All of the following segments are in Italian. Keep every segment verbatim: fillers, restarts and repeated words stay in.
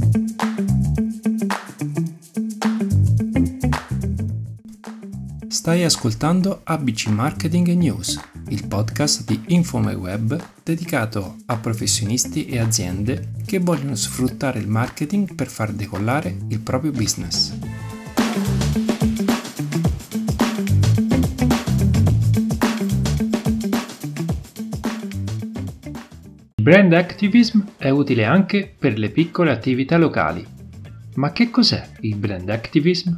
Stai ascoltando A B C Marketing e News, il podcast di InfoMyWeb dedicato a professionisti e aziende che vogliono sfruttare il marketing per far decollare il proprio business. Il brand activism è utile anche per le piccole attività locali. Ma che cos'è il brand activism?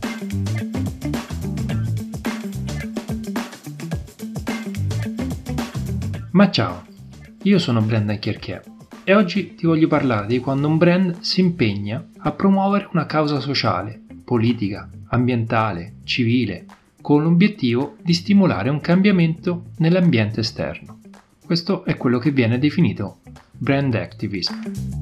Ma ciao, io sono Brendan Chierchier e oggi ti voglio parlare di quando un brand si impegna a promuovere una causa sociale, politica, ambientale, civile, con l'obiettivo di stimolare un cambiamento nell'ambiente esterno. Questo è quello che viene definito brand activism.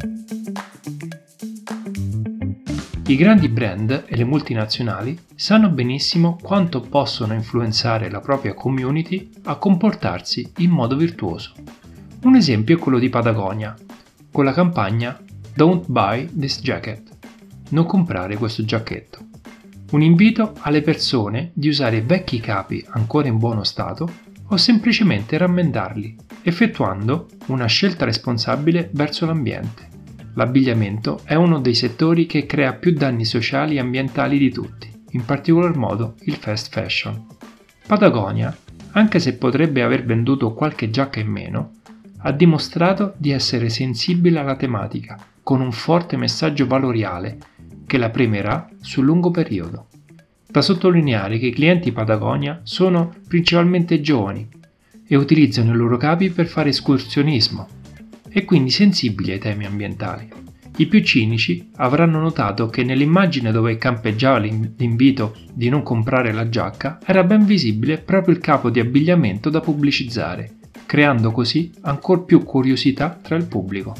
I grandi brand e le multinazionali sanno benissimo quanto possono influenzare la propria community a comportarsi in modo virtuoso. Un esempio è quello di Patagonia, con la campagna Don't Buy This Jacket, non comprare questo giacchetto. Un invito alle persone di usare vecchi capi ancora in buono stato o semplicemente rammendarli, effettuando una scelta responsabile verso l'ambiente. L'abbigliamento è uno dei settori che crea più danni sociali e ambientali di tutti, in particolar modo il fast fashion. Patagonia, anche se potrebbe aver venduto qualche giacca in meno, ha dimostrato di essere sensibile alla tematica, con un forte messaggio valoriale che la premierà sul lungo periodo. Da sottolineare che i clienti Patagonia sono principalmente giovani e utilizzano i loro capi per fare escursionismo e quindi sensibili ai temi ambientali. I più cinici avranno notato che nell'immagine dove campeggiava l'invito di non comprare la giacca era ben visibile proprio il capo di abbigliamento da pubblicizzare, creando così ancor più curiosità tra il pubblico.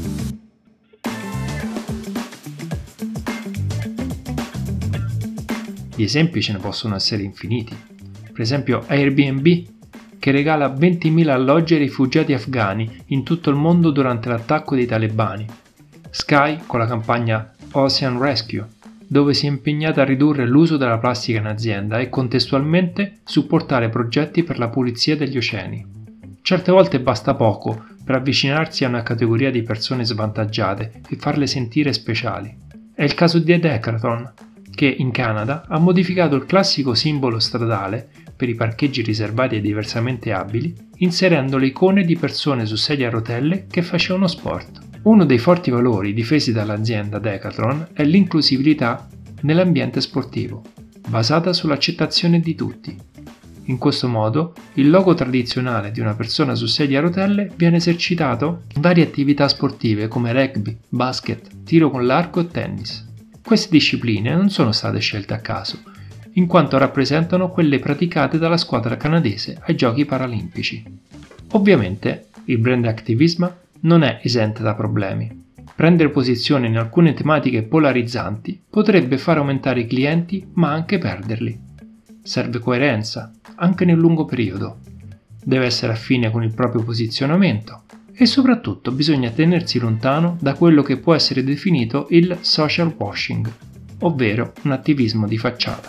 Gli esempi ce ne possono essere infiniti. Per esempio Airbnb, che regala ventimila alloggi ai rifugiati afghani in tutto il mondo durante l'attacco dei talebani. Sky con la campagna Ocean Rescue, dove si è impegnata a ridurre l'uso della plastica in azienda e contestualmente supportare progetti per la pulizia degli oceani. Certe volte basta poco per avvicinarsi a una categoria di persone svantaggiate e farle sentire speciali. È il caso di Decathlon, che in Canada ha modificato il classico simbolo stradale per i parcheggi riservati ai diversamente abili, inserendo le icone di persone su sedie a rotelle che facevano sport. Uno dei forti valori difesi dall'azienda Decathlon è l'inclusività nell'ambiente sportivo, basata sull'accettazione di tutti. In questo modo, il logo tradizionale di una persona su sedia a rotelle viene esercitato in varie attività sportive come rugby, basket, tiro con l'arco e tennis. Queste discipline non sono state scelte a caso, in quanto rappresentano quelle praticate dalla squadra canadese ai Giochi Paralimpici. Ovviamente, il brand activism non è esente da problemi. Prendere posizione in alcune tematiche polarizzanti potrebbe far aumentare i clienti, ma anche perderli. Serve coerenza, anche nel lungo periodo. Deve essere affine con il proprio posizionamento e soprattutto bisogna tenersi lontano da quello che può essere definito il social washing, ovvero un attivismo di facciata.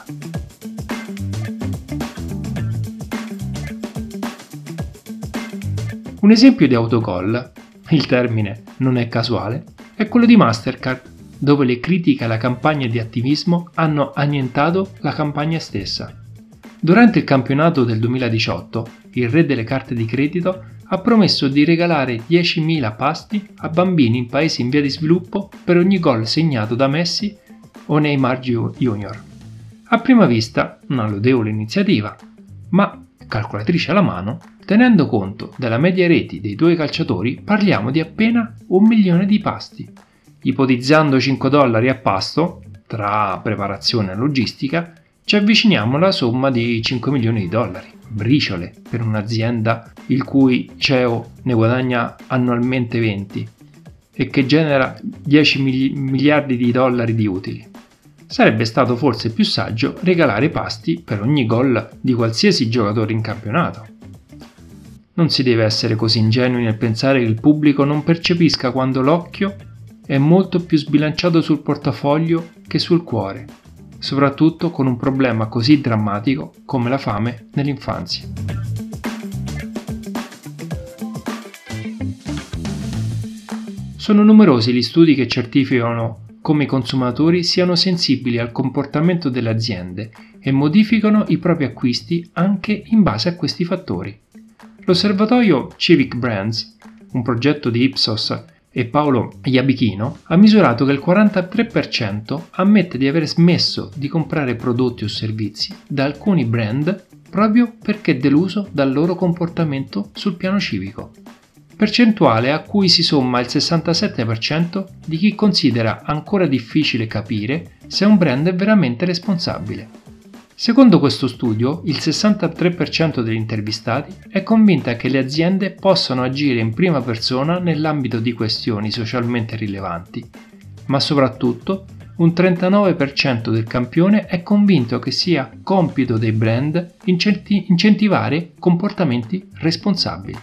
Un esempio di autogol, il termine non è casuale, è quello di Mastercard, dove le critiche alla campagna di attivismo hanno annientato la campagna stessa. Durante il campionato del duemiladiciotto, il re delle carte di credito ha promesso di regalare diecimila pasti a bambini in paesi in via di sviluppo per ogni gol segnato da Messi o Neymar Junior A prima vista una lodevole iniziativa, ma, calcolatrice alla mano, tenendo conto della media reti dei due calciatori, parliamo di appena un milione di pasti. Ipotizzando cinque dollari a pasto, tra preparazione e logistica, ci avviciniamo alla somma di cinque milioni di dollari. Briciole per un'azienda il cui C E O ne guadagna annualmente venti e che genera dieci miliardi di dollari di utili. Sarebbe stato forse più saggio regalare pasti per ogni gol di qualsiasi giocatore in campionato. Non si deve essere così ingenui nel pensare che il pubblico non percepisca quando l'occhio è molto più sbilanciato sul portafoglio che sul cuore, soprattutto con un problema così drammatico come la fame nell'infanzia. Sono numerosi gli studi che certificano come i consumatori siano sensibili al comportamento delle aziende e modificano i propri acquisti anche in base a questi fattori. L'osservatorio Civic Brands, un progetto di Ipsos e Paolo Iabichino, ha misurato che il quarantatré per cento ammette di aver smesso di comprare prodotti o servizi da alcuni brand proprio perché deluso dal loro comportamento sul piano civico. Percentuale a cui si somma il sessantasette per cento di chi considera ancora difficile capire se un brand è veramente responsabile. Secondo questo studio, il sessantatré per cento degli intervistati è convinta che le aziende possano agire in prima persona nell'ambito di questioni socialmente rilevanti, ma soprattutto un trentanove per cento del campione è convinto che sia compito dei brand incenti- incentivare comportamenti responsabili.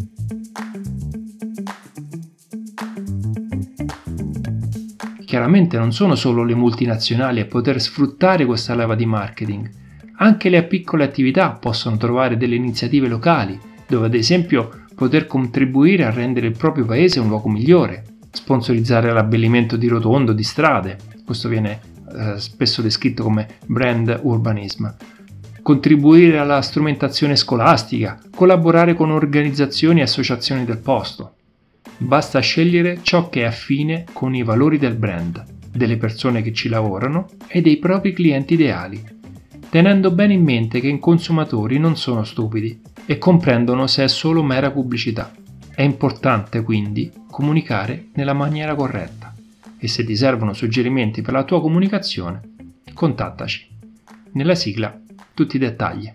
Chiaramente non sono solo le multinazionali a poter sfruttare questa leva di marketing, anche le piccole attività possono trovare delle iniziative locali, dove ad esempio poter contribuire a rendere il proprio paese un luogo migliore, sponsorizzare l'abbellimento di rotonde o di strade, questo viene eh, spesso descritto come brand urbanism, contribuire alla strumentazione scolastica, collaborare con organizzazioni e associazioni del posto. Basta scegliere ciò che è affine con i valori del brand, delle persone che ci lavorano e dei propri clienti ideali, tenendo bene in mente che i consumatori non sono stupidi e comprendono se è solo mera pubblicità. È importante quindi comunicare nella maniera corretta e se ti servono suggerimenti per la tua comunicazione, contattaci. Nella sigla tutti i dettagli.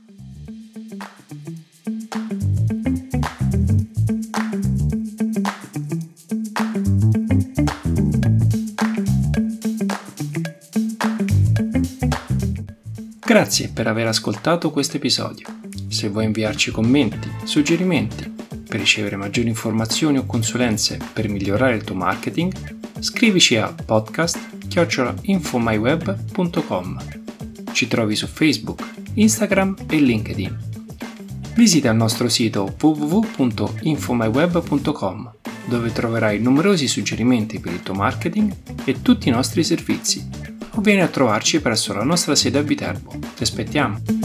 Grazie per aver ascoltato questo episodio. Se vuoi inviarci commenti, suggerimenti, per ricevere maggiori informazioni o consulenze per migliorare il tuo marketing, scrivici a podcast chiocciola infomyweb punto com. Ci trovi su Facebook, Instagram e LinkedIn. Visita il nostro sito w w w punto infomyweb punto com, dove troverai numerosi suggerimenti per il tuo marketing e tutti i nostri servizi. O vieni a trovarci presso la nostra sede a Viterbo. Ti aspettiamo!